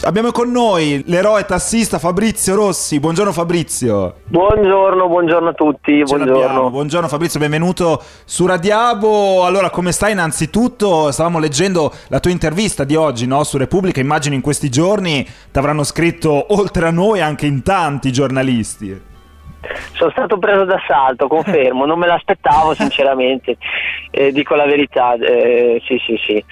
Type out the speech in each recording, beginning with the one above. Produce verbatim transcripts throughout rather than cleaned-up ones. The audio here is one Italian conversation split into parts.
Abbiamo con noi l'eroe tassista Fabrizio Rossi. Buongiorno Fabrizio. Buongiorno, buongiorno a tutti. Ce buongiorno. l'abbiamo. Buongiorno Fabrizio, benvenuto su Radiabo. Allora, come stai innanzitutto? Stavamo leggendo la tua intervista di oggi, no? Su Repubblica. Immagino in questi giorni ti avranno scritto, oltre a noi, anche in tanti giornalisti. Sono stato preso d'assalto, confermo, non me l'aspettavo sinceramente, eh, dico la verità, eh, sì sì sì,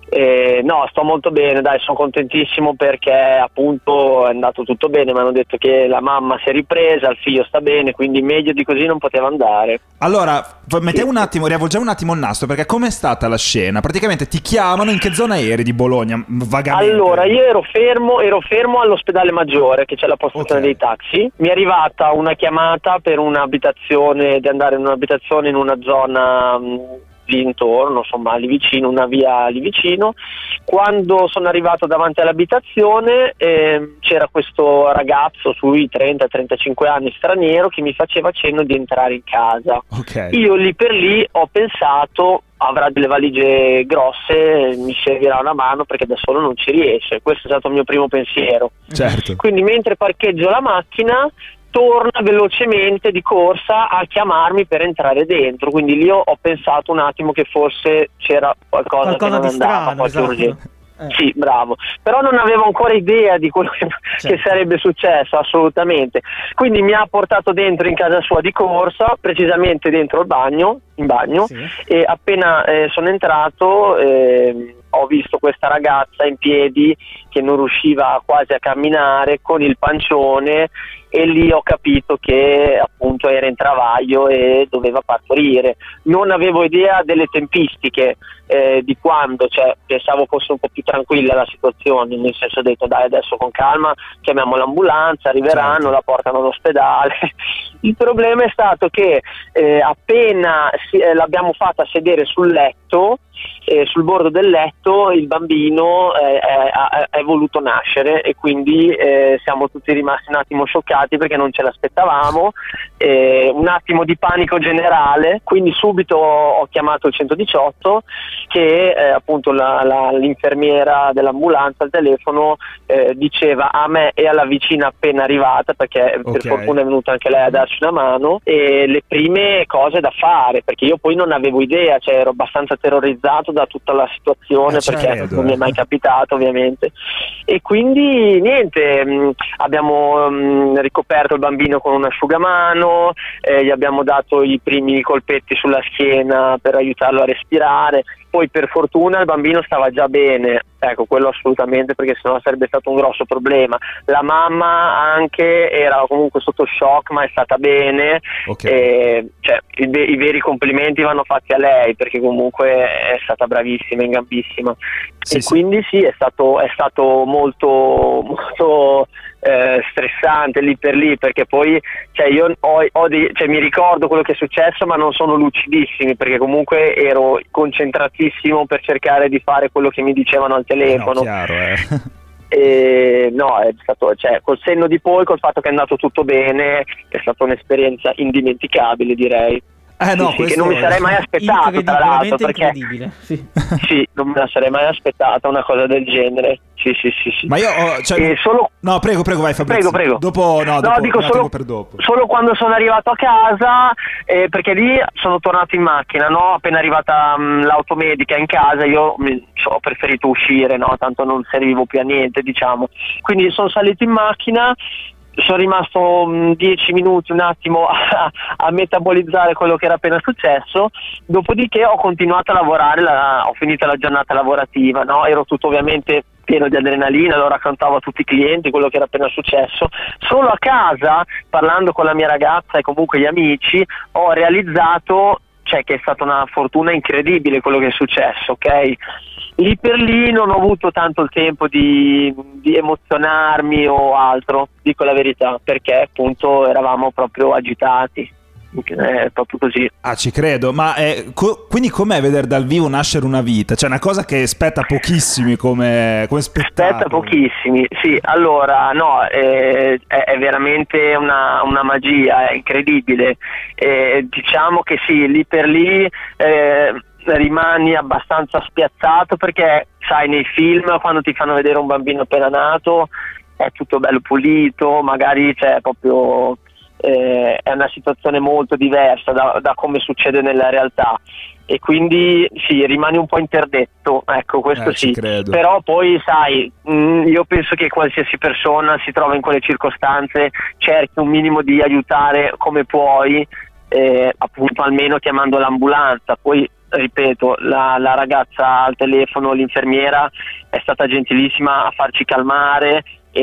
eh, no, sto molto bene, dai, sono contentissimo perché appunto è andato tutto bene, mi hanno detto che la mamma si è ripresa, il figlio sta bene, quindi meglio di così non poteva andare. Allora, mettiamo un attimo, riavvolgiamo un attimo il nastro, perché com'è stata la scena? Praticamente ti chiamano, in che zona eri di Bologna, vagamente? Allora, io ero fermo, ero fermo all'ospedale Maggiore, che c'è la postazione Okay. dei taxi, mi è arrivata una chiamata per un'abitazione, di andare in un'abitazione in una zona mh, lì intorno, insomma lì vicino, una via lì vicino. Quando sono arrivato davanti all'abitazione eh, c'era questo ragazzo sui trenta trentacinque anni, straniero, che mi faceva cenno di entrare in casa. Ok. Io lì per lì ho pensato: avrà delle valigie grosse, mi servirà una mano perché da solo non ci riesce. Questo è stato il mio primo pensiero. Certo. Quindi mentre parcheggio la macchina torna velocemente di corsa a chiamarmi per entrare dentro, quindi lì ho, ho pensato un attimo che forse c'era qualcosa, Qualcosa che non di andava, strano, qualche esatto. urgenza. Eh. Sì, bravo, però non avevo ancora idea di quello che, Certo. che sarebbe successo, assolutamente. Quindi mi ha portato dentro in casa sua di corsa, precisamente dentro il bagno, in bagno, Sì. e appena eh, sono entrato eh, ho visto questa ragazza in piedi che non riusciva quasi a camminare, con il pancione, e lì ho capito che appunto era in travaglio e doveva partorire. Non avevo idea delle tempistiche, eh, di quando, cioè pensavo fosse un po' più tranquilla la situazione, nel senso, ho detto dai, adesso con calma chiamiamo l'ambulanza, arriveranno, Certo. la portano all'ospedale. Il problema è stato che eh, appena si, eh, l'abbiamo fatta sedere sul letto, eh, sul bordo del letto, il bambino eh, è, è voluto nascere, e quindi eh, siamo tutti rimasti un attimo scioccati perché non ce l'aspettavamo, eh, un attimo di panico generale, quindi subito ho chiamato il centodiciotto, che eh, appunto la, la, l'infermiera dell'ambulanza al telefono eh, diceva a me e alla vicina appena arrivata, perché Ok. per fortuna è venuta anche lei a darci una mano, e le prime cose da fare, perché io poi non avevo idea, cioè ero abbastanza terrorizzato da tutta la situazione, Eh, ci perché credo, non mi è eh. mai capitato ovviamente, e quindi niente, mh, abbiamo mh, ricoperto il bambino con un asciugamano, eh, gli abbiamo dato i primi colpetti sulla schiena per aiutarlo a respirare. Poi per fortuna il bambino stava già bene, ecco, quello assolutamente, perché sennò sarebbe stato un grosso problema. La mamma anche era comunque sotto shock, ma è stata bene. Ok. E, cioè, i, i veri complimenti vanno fatti a lei, perché comunque è stata bravissima, in gambissima. Sì, e sì. quindi sì, è stato, è stato molto, molto eh, stressante lì per lì, perché poi cioè, io ho, ho dei, cioè, mi ricordo quello che è successo, ma non sono lucidissimi, perché comunque ero concentratissimo per cercare di fare quello che mi dicevano al Eh no, telefono. chiaro, eh. E no, è stato, cioè, col senno di poi, col fatto che è andato tutto bene, è stata un'esperienza indimenticabile, direi. Eh no, Sì, sì, questo... che non mi sarei mai aspettato, Incredibile, tra l'altro, veramente perché incredibile. Sì. sì, non me la sarei mai aspettata una cosa del genere. Sì, sì, sì, sì. Ma io ho... Cioè... E solo No, prego, prego, vai Fabrizio. Prego, prego. Dopo, no, dopo, dico me la tengo solo, per dopo. solo quando sono arrivato a casa, eh, perché lì sono tornato in macchina, no? Appena arrivata mh, l'automedica in casa, io mh, ho preferito uscire, no? Tanto non servivo più a niente, diciamo. Quindi sono salito in macchina, sono rimasto mh, dieci minuti, un attimo a, a metabolizzare quello che era appena successo, dopodiché ho continuato a lavorare, la, ho finito la giornata lavorativa, no? Ero tutto ovviamente pieno di adrenalina, lo raccontavo a tutti i clienti quello che era appena successo. Solo a casa, parlando con la mia ragazza e comunque gli amici, ho realizzato, cioè, che è stata una fortuna incredibile quello che è successo, ok? Lì per lì non ho avuto tanto il tempo di, di emozionarmi o altro, dico la verità, perché appunto eravamo proprio agitati. È proprio così. Ah, ci credo, ma eh, co- quindi com'è vedere dal vivo nascere una vita? Cioè, una cosa che spetta pochissimi come, come spettacolo. Spetta pochissimi, sì. Allora, no, eh, è, è veramente una, una magia, è incredibile. Eh, diciamo che sì, lì per lì eh, rimani abbastanza spiazzato, perché sai, nei film quando ti fanno vedere un bambino appena nato è tutto bello pulito, magari c'è proprio eh, è una situazione molto diversa da, da come succede nella realtà, e quindi sì, rimani un po' interdetto, ecco, questo eh, sì. Credo. Però poi sai, mh, io penso che qualsiasi persona si trova in quelle circostanze, cerchi un minimo di aiutare come puoi, eh, appunto almeno chiamando l'ambulanza. Poi ripeto, la, la ragazza al telefono, l'infermiera, è stata gentilissima a farci calmare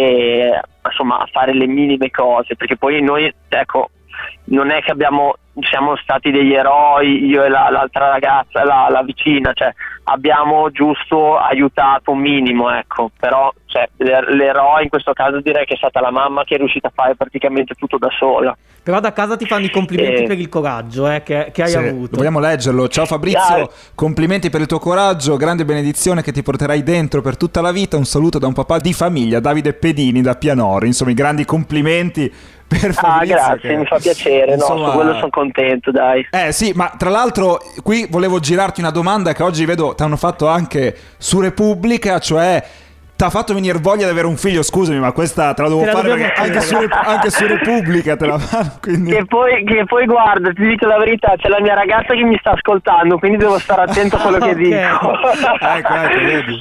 e insomma a fare le minime cose, perché poi noi, ecco, non è che abbiamo siamo stati degli eroi, io e la, l'altra ragazza, la, la vicina, cioè abbiamo giusto aiutato un minimo, ecco, però cioè, l'eroe in questo caso direi che è stata la mamma, che è riuscita a fare praticamente tutto da sola. Però da casa ti fanno i complimenti eh, per il coraggio eh, che, che hai sì, avuto. Vogliamo leggerlo. Ciao Fabrizio, Dai. Complimenti per il tuo coraggio, grande benedizione che ti porterai dentro per tutta la vita. Un saluto da un papà di famiglia, Davide Pedini da Pianoro. Insomma, i grandi complimenti per Fabrizio. Ah, grazie, che, mi fa piacere, insomma, no, su quello sono contento, dai. Eh sì, ma tra l'altro qui volevo girarti una domanda che oggi vedo ti hanno fatto anche su Repubblica, cioè t'ha fatto venire voglia di avere un figlio. Scusami, ma questa te la devo Te la fare dobbiamo perché anche su, anche su Repubblica te la fanno, quindi... Che poi, che poi guarda, ti dico la verità, c'è la mia ragazza che mi sta ascoltando, quindi devo stare attento a quello che Ok. dico. ecco, ecco, vedi.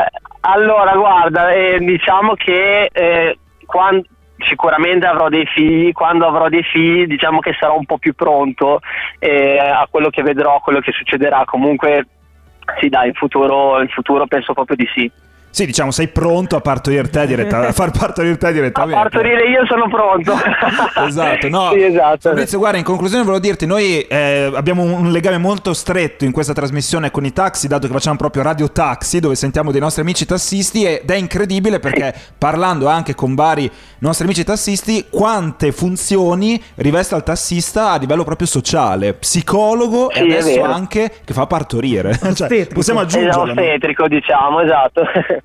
Allora, guarda, eh, diciamo che eh, quando, sicuramente avrò dei figli, quando avrò dei figli diciamo che sarò un po' più pronto eh, a quello che vedrò, a quello che succederà. Comunque sì, dai, in futuro, in futuro penso proprio di sì. Sì, diciamo, sei pronto a partorire te diretta, a far partorire te A direttamente. partorire io sono pronto. Esatto, no. Sì, esatto. Fabrizio, guarda, in conclusione volevo dirti, noi eh, abbiamo un legame molto stretto in questa trasmissione con i taxi, dato che facciamo proprio Radio Taxi, dove sentiamo dei nostri amici tassisti, ed è incredibile perché parlando anche con vari nostri amici tassisti, quante funzioni riveste il tassista a livello proprio sociale, psicologo, Sì, e è adesso vero. anche che fa partorire. Cioè, Ostetrico. possiamo È aggiungerlo, no? ostetrico, diciamo, esatto.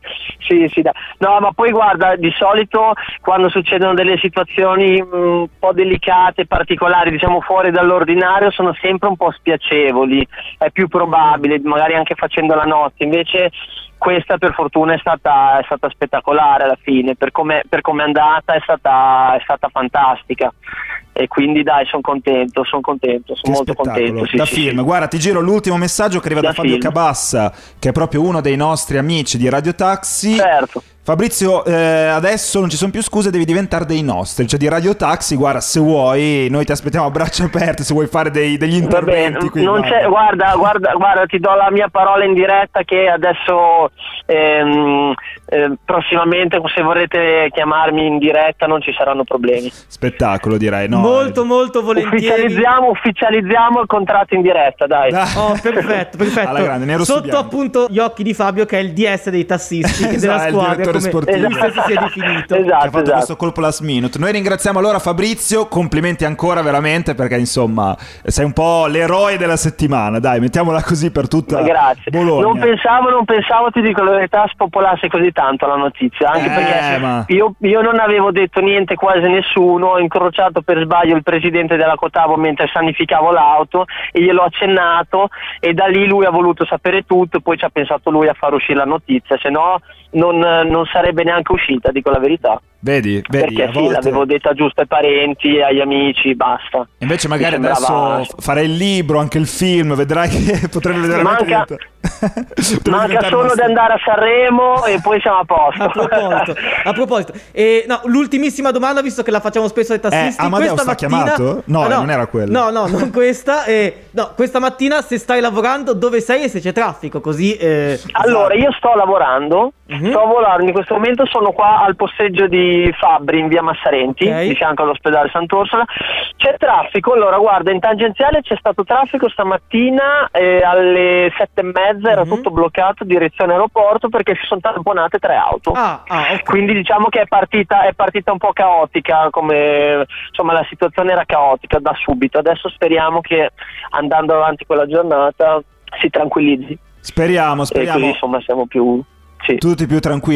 Sì, sì, dai. No, ma poi guarda, di solito quando succedono delle situazioni mh, un po' delicate, particolari, diciamo fuori dall'ordinario, sono sempre un po' spiacevoli, è più probabile, magari anche facendo la notte. Invece questa per fortuna è stata, è stata spettacolare alla fine, per come per come è andata è stata, è stata fantastica. E quindi dai, sono contento, sono contento, sono Che molto spettacolo, contento. Sì, da sì, film. sì. Guarda, ti giro l'ultimo messaggio che arriva da, Da Fabio film. Cabassa, che è proprio uno dei nostri amici di Radio Taxi. Certo. Fabrizio, eh, adesso non ci sono più scuse, devi diventare dei nostri, cioè di Radio Taxi. Guarda, se vuoi, noi ti aspettiamo a braccia aperte, se vuoi fare dei, degli Va bene, interventi qui. non c'è, guarda, guarda, guarda, ti do la mia parola in diretta che adesso ehm, eh, prossimamente, se vorrete chiamarmi in diretta, non ci saranno problemi. Spettacolo, direi, no? Molto molto volentieri. Ufficializziamo, ufficializziamo il contratto in diretta, dai. Dai. Oh, perfetto, perfetto. Alla grande, nero su Sotto bianco. appunto gli occhi di Fabio, che è il D S dei tassisti Esatto, della è il squadra, direttore come sportivo. lui stesso si è definito. Che ha Esatto, fatto esatto. questo colpo last minute. Noi ringraziamo allora Fabrizio, complimenti ancora veramente, perché insomma sei un po' l'eroe della settimana, dai, mettiamola così per tutta Grazie. Bologna. Non pensavo, non pensavo, ti dico la verità, spopolasse così tanto la notizia, anche Eh, perché ma- io, io non avevo detto niente quasi a nessuno, ho incrociato per sbaglio il presidente della Cotabo mentre sanificavo l'auto e gliel'ho accennato, e da lì lui ha voluto sapere tutto, poi ci ha pensato lui a far uscire la notizia, se no non, non sarebbe neanche uscita, dico la verità. Vedi, vedi, Perché a sì, volte... l'avevo detta giusto ai parenti, agli amici, basta. Invece magari Mi sembrava- adesso farai il libro, anche il film, vedrai che potrebbe veramente Manca- diventare- potrebbe Manca diventare solo una di andare a Sanremo e poi siamo a posto. A proposito, a proposito. E, no, l'ultimissima domanda, visto che la facciamo spesso ai tassisti. Eh, Amadeus questa t'ha mattina... chiamato? No, Ah, non era quello. No, no, non questa. Eh, no, questa mattina, se stai lavorando, dove sei e se c'è traffico, così... Eh... Allora, io sto lavorando, Mhm. sto lavorando, in questo momento sono qua al posteggio di Fabbri in via Massarenti, Ok. di fianco all'ospedale Sant'Orsola. C'è traffico, allora guarda, in tangenziale c'è stato traffico stamattina eh, alle sette e mezza, era Mhm. tutto bloccato direzione aeroporto perché si sono tamponate tre auto. Ah, ah, ok. Quindi diciamo che è partita, è partita un po' caotica, come insomma la situazione era caotica da subito. Adesso speriamo che andando avanti con la giornata si tranquillizzi. Speriamo, E speriamo. così insomma siamo più... Sì. Tutti più tranquilli.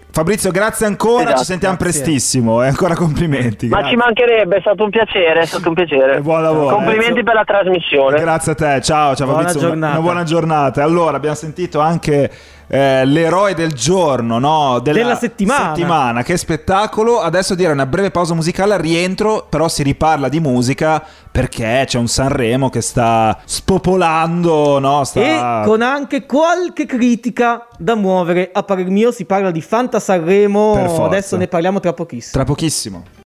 Fabrizio, grazie ancora, Esatto, ci sentiamo grazie. prestissimo e ancora complimenti. Ma grazie. ci mancherebbe, è stato un piacere, è stato un piacere. E buon lavoro. Complimenti Eh. per la trasmissione. Grazie a te, ciao, ciao Buona Fabrizio, giornata. una buona giornata. Allora, abbiamo sentito anche eh, l'eroe del giorno, no? Della settimana. settimana. Che spettacolo. Adesso direi una breve pausa musicale al rientro, però si riparla di musica perché c'è un Sanremo che sta spopolando, no? Sta... E con anche qualche critica da muovere. A parer mio si parla di Fanta Sanremo, Per forza. adesso ne parliamo tra pochissimo. Tra pochissimo.